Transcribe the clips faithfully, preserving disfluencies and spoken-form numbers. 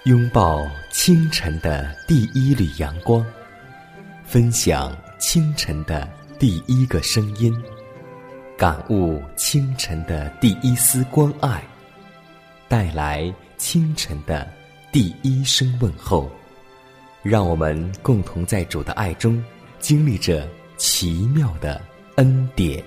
拥抱清晨的第一缕阳光，分享清晨的第一个声音，感悟清晨的第一丝关爱，带来清晨的第一声问候。让我们共同在主的爱中经历着奇妙的恩典。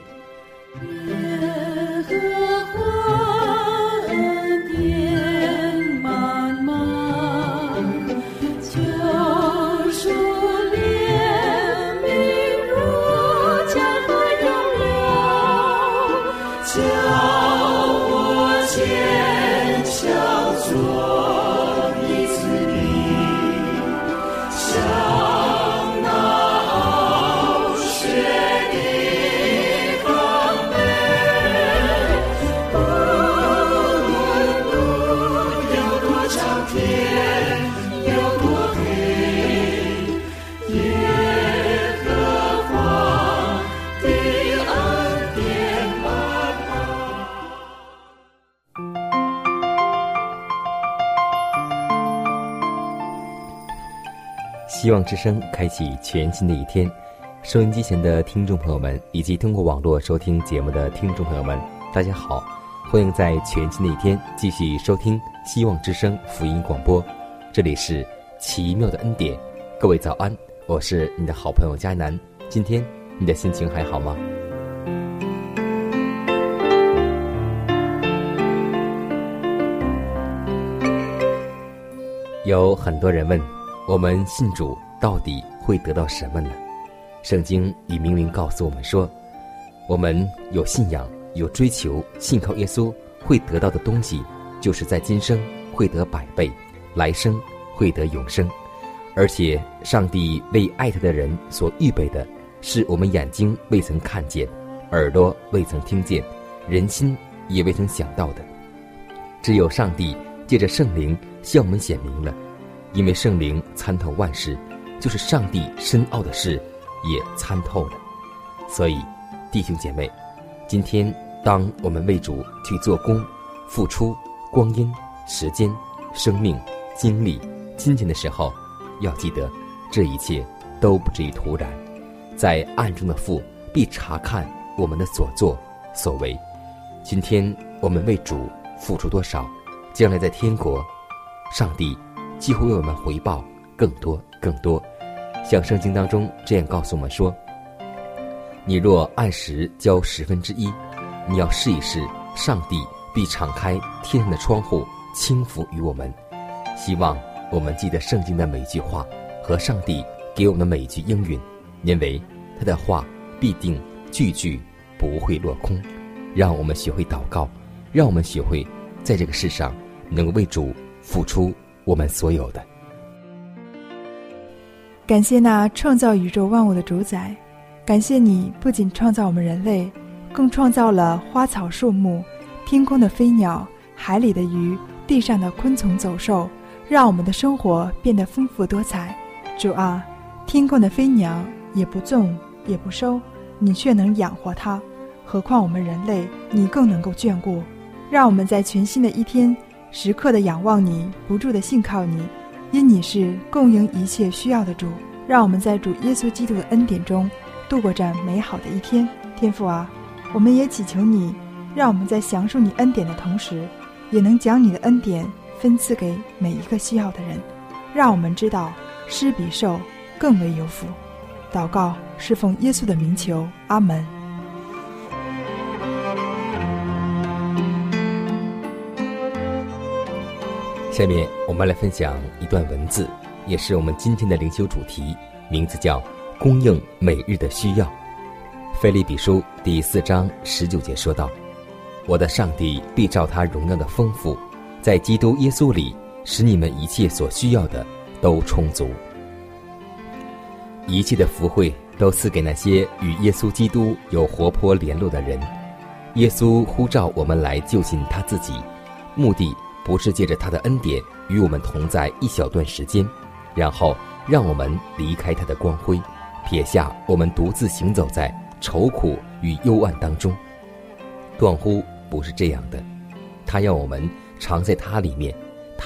希望之声开启全新的一天，收音机前的听众朋友们，以及通过网络收听节目的听众朋友们，大家好，欢迎在全新的一天继续收听希望之声福音广播，这里是奇妙的恩典。各位早安，我是你的好朋友佳南。今天你的心情还好吗？有很多人问，我们信主到底会得到什么呢？圣经已明明告诉我们说，我们有信仰，有追求，信靠耶稣会得到的东西，就是在今生会得百倍，来生会得永生。而且上帝为爱他的人所预备的，是我们眼睛未曾看见，耳朵未曾听见，人心也未曾想到的。只有上帝借着圣灵向我们显明了，因为圣灵参透万事，就是上帝深奥的事也参透了。所以弟兄姐妹，今天当我们为主去做工，付出光阴、时间、生命、精力、金钱的时候，要记得这一切都不至于突然，在暗中的父必查看我们的所作所为。今天我们为主付出多少，将来在天国，上帝几乎为我们回报更多更多。像圣经当中这样告诉我们说，你若按时交十分之一，你要试一试，上帝必敞开天上的窗户，倾福于我们。希望我们记得圣经的每一句话和上帝给我们的每一句应允，因为他的话必定句句不会落空。让我们学会祷告，让我们学会在这个世上能够为主付出我们所有的。 感谢那创造宇宙万物的主宰，感谢你不仅创造我们人类，更创造了花草树木、天空的飞鸟、海里的鱼、地上的昆虫走兽，让我们的生活变得丰富多彩。主啊，天空的飞鸟也不种也不收，你却能养活它，何况我们人类，你更能够眷顾。让我们在全新的一天时刻的仰望你，不住的信靠你，因你是供应一切需要的主。让我们在主耶稣基督的恩典中度过这美好的一天。天父啊，我们也祈求你，让我们在享受你恩典的同时，也能将你的恩典分赐给每一个需要的人。让我们知道施比受更为有福。祷告是奉耶稣的名求，阿门。 下面我们来分享一段文字，也是我们今天的灵修主题，名字叫供应每日的需要。腓立比书第四章十九节说道，我的上帝必照他荣耀的丰富，在基督耶稣里使你们一切所需要的都充足。一切的福惠都赐给那些与耶稣基督有活泼联络的人。耶稣呼召我们来就近他自己，目的不是借着他的恩典与我们同在一小段时间，然后让我们离开他的光辉，撇下我们独自行走在愁苦与幽暗当中。断乎不是这样的，他要我们常在他里面，他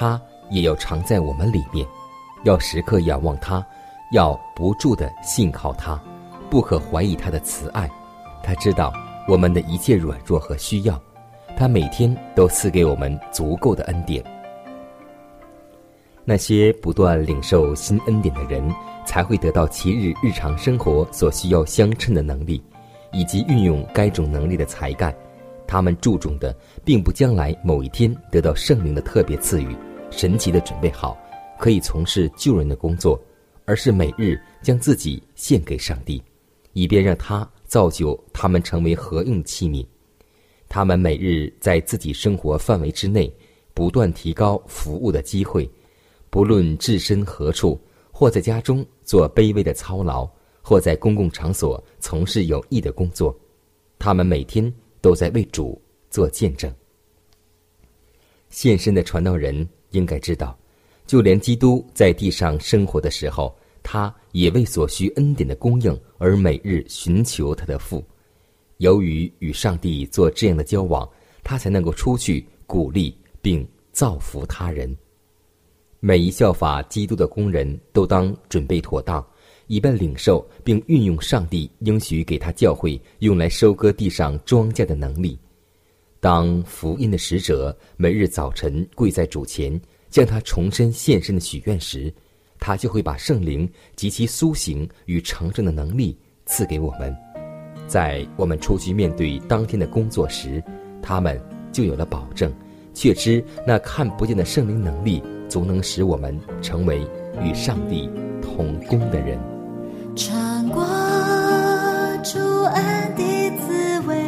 也要常在我们里面，要时刻仰望他，要不住地信靠他，不可怀疑他的慈爱。他知道我们的一切软弱和需要，他每天都赐给我们足够的恩典。那些不断领受新恩典的人，才会得到其日日常生活所需要相称的能力，以及运用该种能力的才干。他们注重的并不将来某一天得到圣灵的特别赐予，神奇的准备好可以从事救人的工作，而是每日将自己献给上帝，以便让他造就他们成为合用器皿。他们每日在自己生活范围之内不断提高服务的机会，不论置身何处，或在家中做卑微的操劳，或在公共场所从事有益的工作，他们每天都在为主做见证。献身的传道人应该知道，就连基督在地上生活的时候，他也为所需恩典的供应而每日寻求他的父。由于与上帝做这样的交往，他才能够出去鼓励并造福他人。每一效法基督的工人都当准备妥当，以便领受并运用上帝应许给他教会用来收割地上庄稼的能力。当福音的使者每日早晨跪在主前，向他重申献身的许愿时，他就会把圣灵及其苏醒与成圣的能力赐给我们。在我们出去面对当天的工作时，他们就有了保证，确知那看不见的圣灵能力总能使我们成为与上帝同工的人。 尝过主恩的滋味，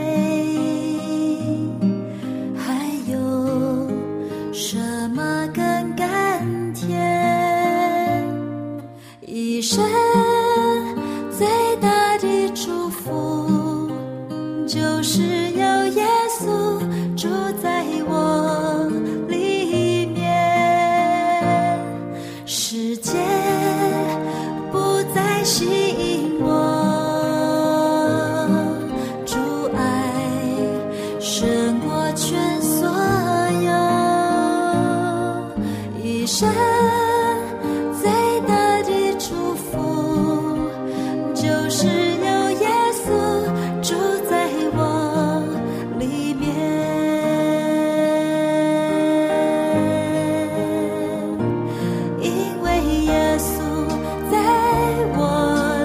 还有什么更甘甜？一生最大的祝福，就是有耶稣住在我里面，世界不再吸引我，主爱胜过全所有，一生最大的祝福，就是有耶稣住在我里面，因为耶稣在我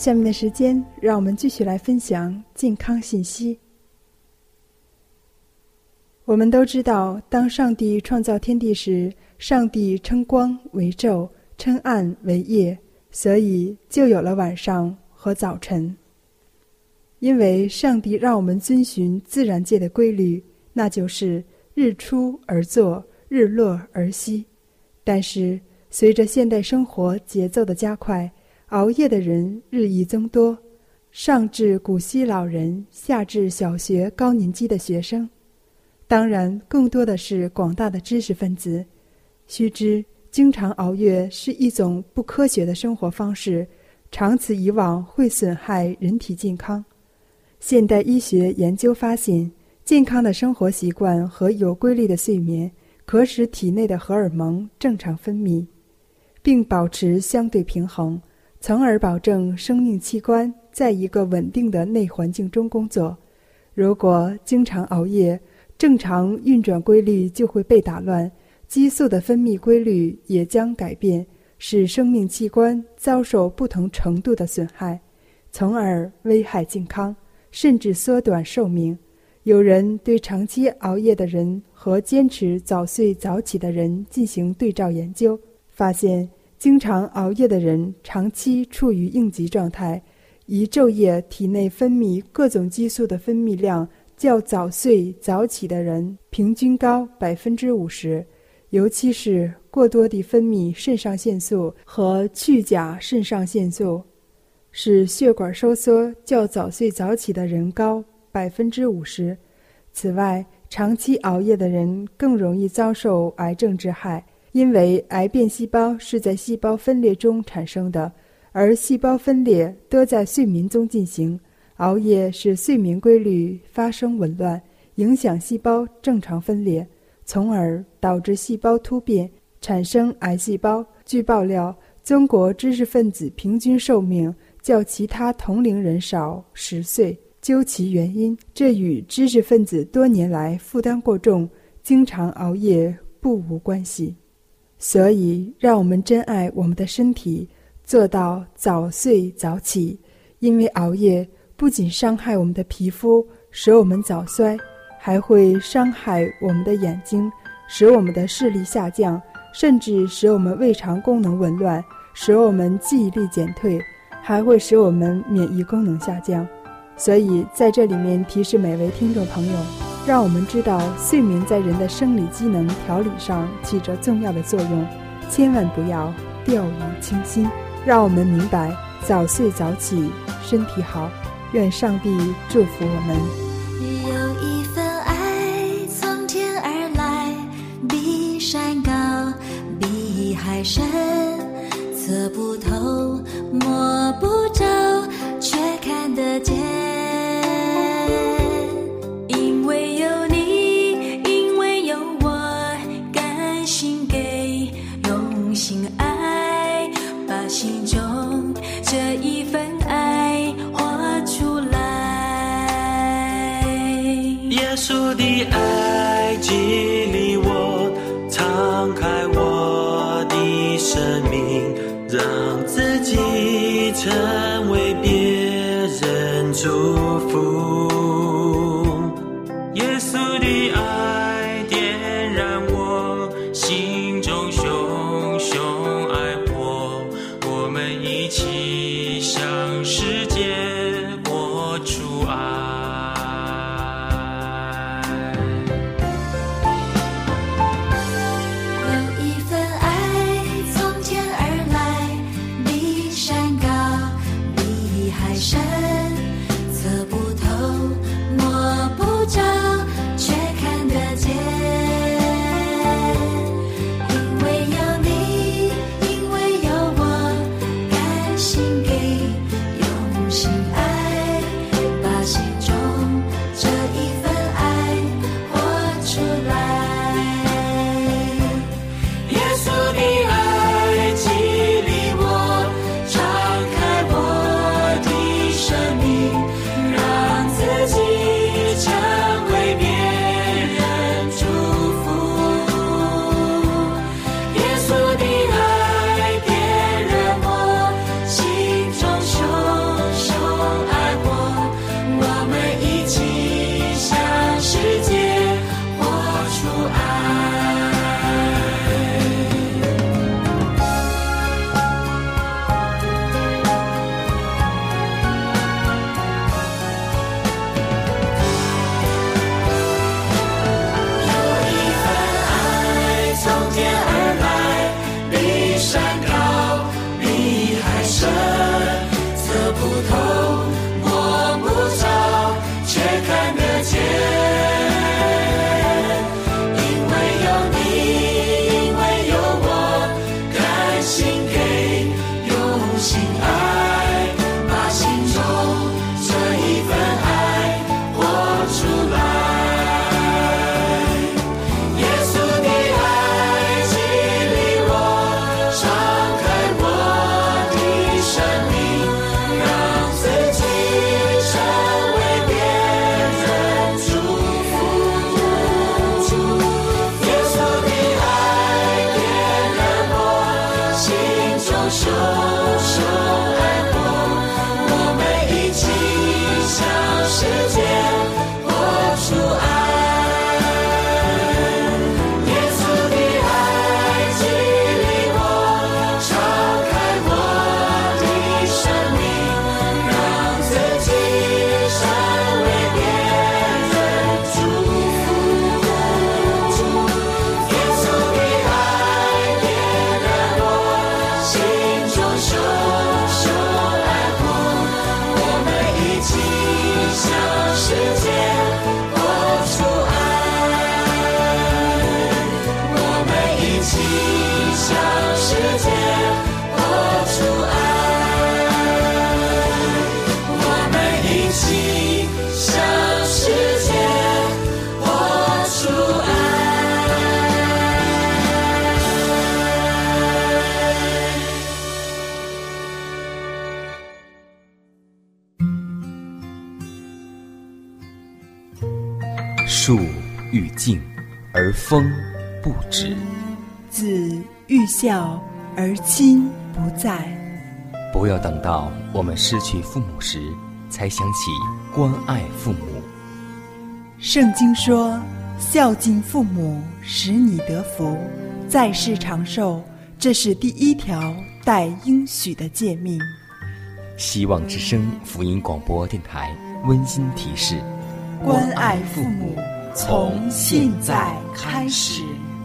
下面的时间，让我们继续来分享健康信息。我们都知道，当上帝创造天地时，上帝称光为昼，称暗为夜，所以就有了晚上和早晨。因为上帝让我们遵循自然界的规律，那就是日出而作，日落而息。但是随着现代生活节奏的加快，熬夜的人日益增多，上至古稀老人，下至小学高年级的学生，当然更多的是广大的知识分子。须知经常熬夜是一种不科学的生活方式，长此以往会损害人体健康。现代医学研究发现，健康的生活习惯和有规律的睡眠可使体内的荷尔蒙正常分泌，并保持相对平衡，从而保证生命器官在一个稳定的内环境中工作。如果经常熬夜，正常运转规律就会被打乱，激素的分泌规律也将改变，使生命器官遭受不同程度的损害，从而危害健康，甚至缩短寿命。有人对长期熬夜的人和坚持早睡早起的人进行对照研究，发现经常熬夜的人长期处于应急状态，一昼夜体内分泌各种激素的分泌量较早睡早起的人平均高百分之五十，尤其是过多地分泌肾上腺素和去甲肾上腺素，使血管收缩较早睡早起的人高百分之五十。此外，长期熬夜的人更容易遭受癌症之害，因为癌变细胞是在细胞分裂中产生的，而细胞分裂多在睡眠中进行。熬夜使睡眠规律发生紊乱，影响细胞正常分裂，从而导致细胞突变，产生癌细胞。据爆料，中国知识分子平均寿命较其他同龄人少十岁。究其原因，这与知识分子多年来负担过重，经常熬夜不无关系。所以，让我们珍爱我们的身体，做到早睡早起。因为熬夜不仅伤害我们的皮肤，使我们早衰，还会伤害我们的眼睛，使我们的视力下降，甚至使我们胃肠功能紊乱，使我们记忆力减退，还会使我们免疫功能下降。所以在这里面提示每位听众朋友，让我们知道睡眠在人的生理机能调理上起着重要的作用，千万不要掉以轻心。让我们明白早睡早起身体好，愿上帝祝福我们。 有一份爱从天而来，比山高比海深，测不透摸不着却看得见。因为有你，因为有我，甘心给，用心爱，把心中这一份爱活出来。 耶稣的爱激励我，敞开我的生命，让自己成为别人祝福。耶稣的爱点燃我心中熊熊爱火，我们一起向世界活出爱。 有一份爱从天而来，比山高比海深，测不手手爱我，我们一起向世界活出爱。耶稣的爱激励我，敞开我的生命，让自己成为别人祝福。耶稣的爱点燃我心中手手爱火，我们一起向世界活出爱，我们一起向世界活出爱，我们一起向世界活出爱。 树欲静而风不止， 子欲孝而亲不在。 不要等到我们失去父母时才想起关爱父母。 圣经说，孝敬父母使你得福，在世长寿，这是第一条带应许的诫命。 希望之声福音广播电台温馨提示： 关爱父母，从现在开始。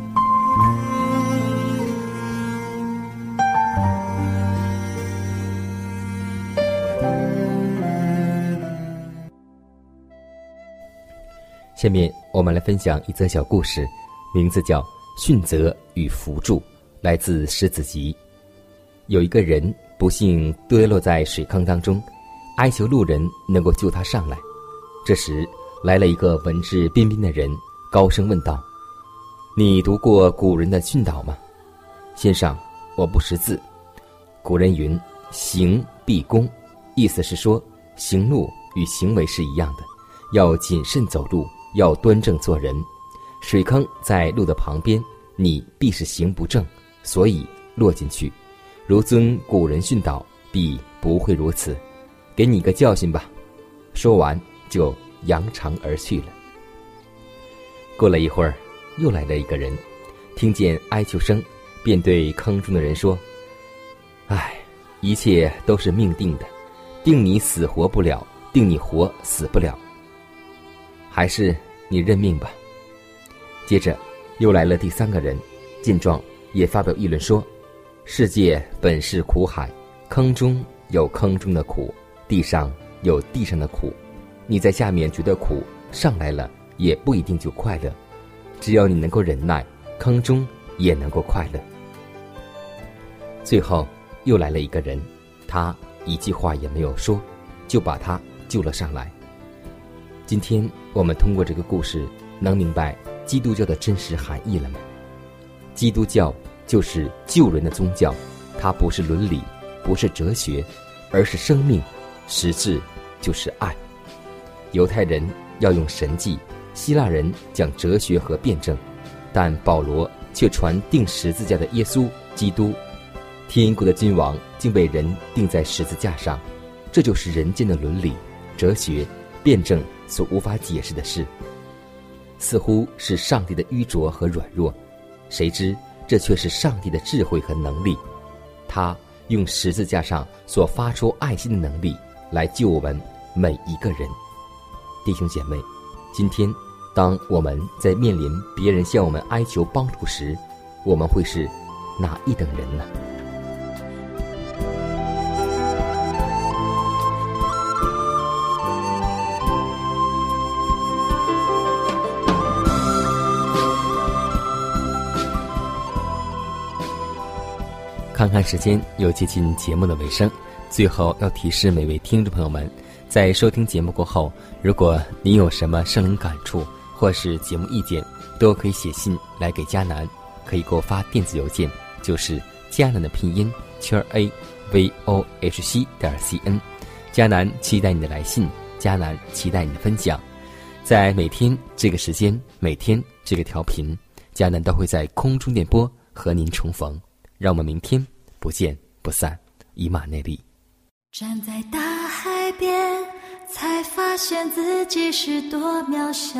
下面我们来分享一则小故事，名字叫《训责与扶助》，来自狮子集。有一个人不幸跌落在水坑当中，哀求路人能够救他上来。这时来了一个文质彬彬的人，高声问道：你读过古人的训导吗？先生，我不识字。古人云：行必恭，意思是说行路与行为是一样的，要谨慎走路，要端正做人。水坑在路的旁边，你必是行不正，所以落进去。如遵古人训导，必不会如此。给你一个教训吧。说完就扬长而去了。过了一会儿，又来了一个人，听见哀求声，便对坑中的人说：唉，一切都是命定的，定你死活不了，定你活死不了，还是你认命吧。接着又来了第三个人，见状也发表议论说：世界本是苦海，坑中有坑中的苦，地上有地上的苦，你在下面觉得苦，上来了也不一定就快乐。只要你能够忍耐，坑中也能够快乐。最后又来了一个人，他一句话也没有说，就把他救了上来。今天我们通过这个故事，能明白基督教的真实含义了吗？基督教就是救人的宗教，它不是伦理，不是哲学，而是生命，实质就是爱。犹太人要用神迹，希腊人讲哲学和辩证，但保罗却传钉十字架的耶稣基督。天国的君王竟被人钉在十字架上，这就是人间的伦理、哲学、辩证所无法解释的事。似乎是上帝的愚拙和软弱，谁知这却是上帝的智慧和能力。他用十字架上所发出爱心的能力来救我们每一个人。弟兄姐妹，今天当我们在面临别人向我们哀求帮助时，我们会是哪一等人呢？看看时间，又接近节目的尾声，最后要提示每位听众朋友们，在收听节目过后，如果您有什么圣灵感触或是节目意见，都可以写信来给迦南，可以给我发电子邮件，就是迦南的拼音圈 a v o h c 点 c n。迦南期待你的来信，迦南期待你的分享。在每天这个时间，每天这个调频，迦南都会在空中电波和您重逢。让我们明天不见不散。以马内利。 站在大海边，才发现自己是多渺小，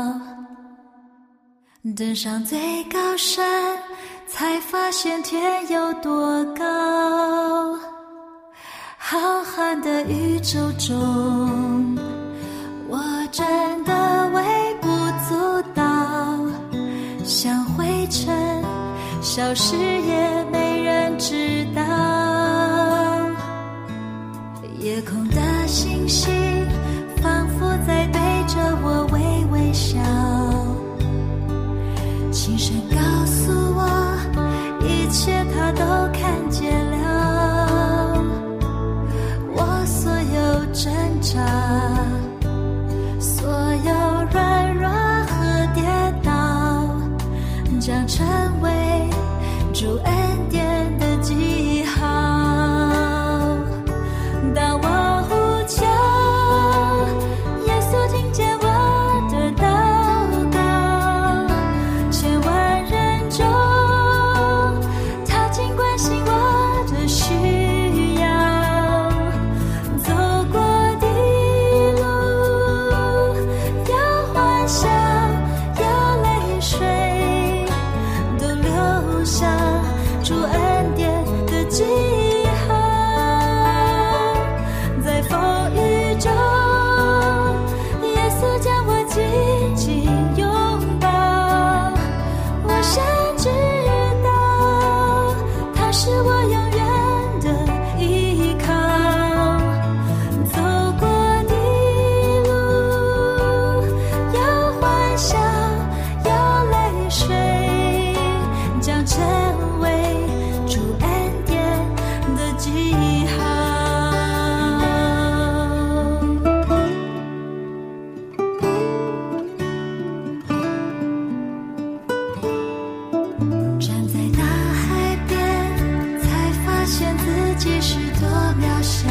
登上最高山，才发现天有多高。浩瀚的宇宙中，我真的微不足道，像灰尘消失也没人知道。夜空的星星仿佛在对着我微微笑，轻声告诉我一切他都看见了。我所有挣扎，所有软弱和跌倒，将成为主恩典的记号。当我呼求，耶稣听见我的祷告，千万人中他尽关心我的需要。走过的路有欢笑有泪水，都留下主恩典的记号。在风雨中，耶稣将我紧紧拥抱，我深知道他是我永远的依靠。走过的路有欢笑有泪水，将成为主恩典的记号。站在大海边，才发现自己是多渺小，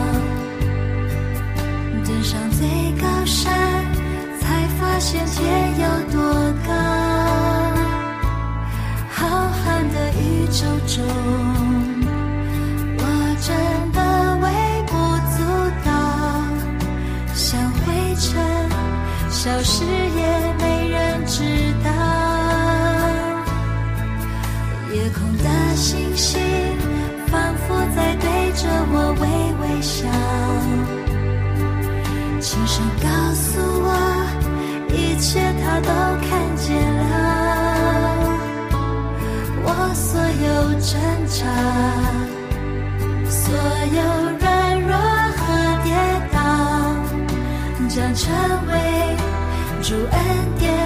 登上最高山，才发现天有多高。浩瀚的宇宙中，我真的微不足道，像灰尘消失也没人知道。夜空的星星仿佛在对着我微微笑，轻声告诉我一切他都看见了。我所有挣扎，所有软弱和跌倒，将成为主恩典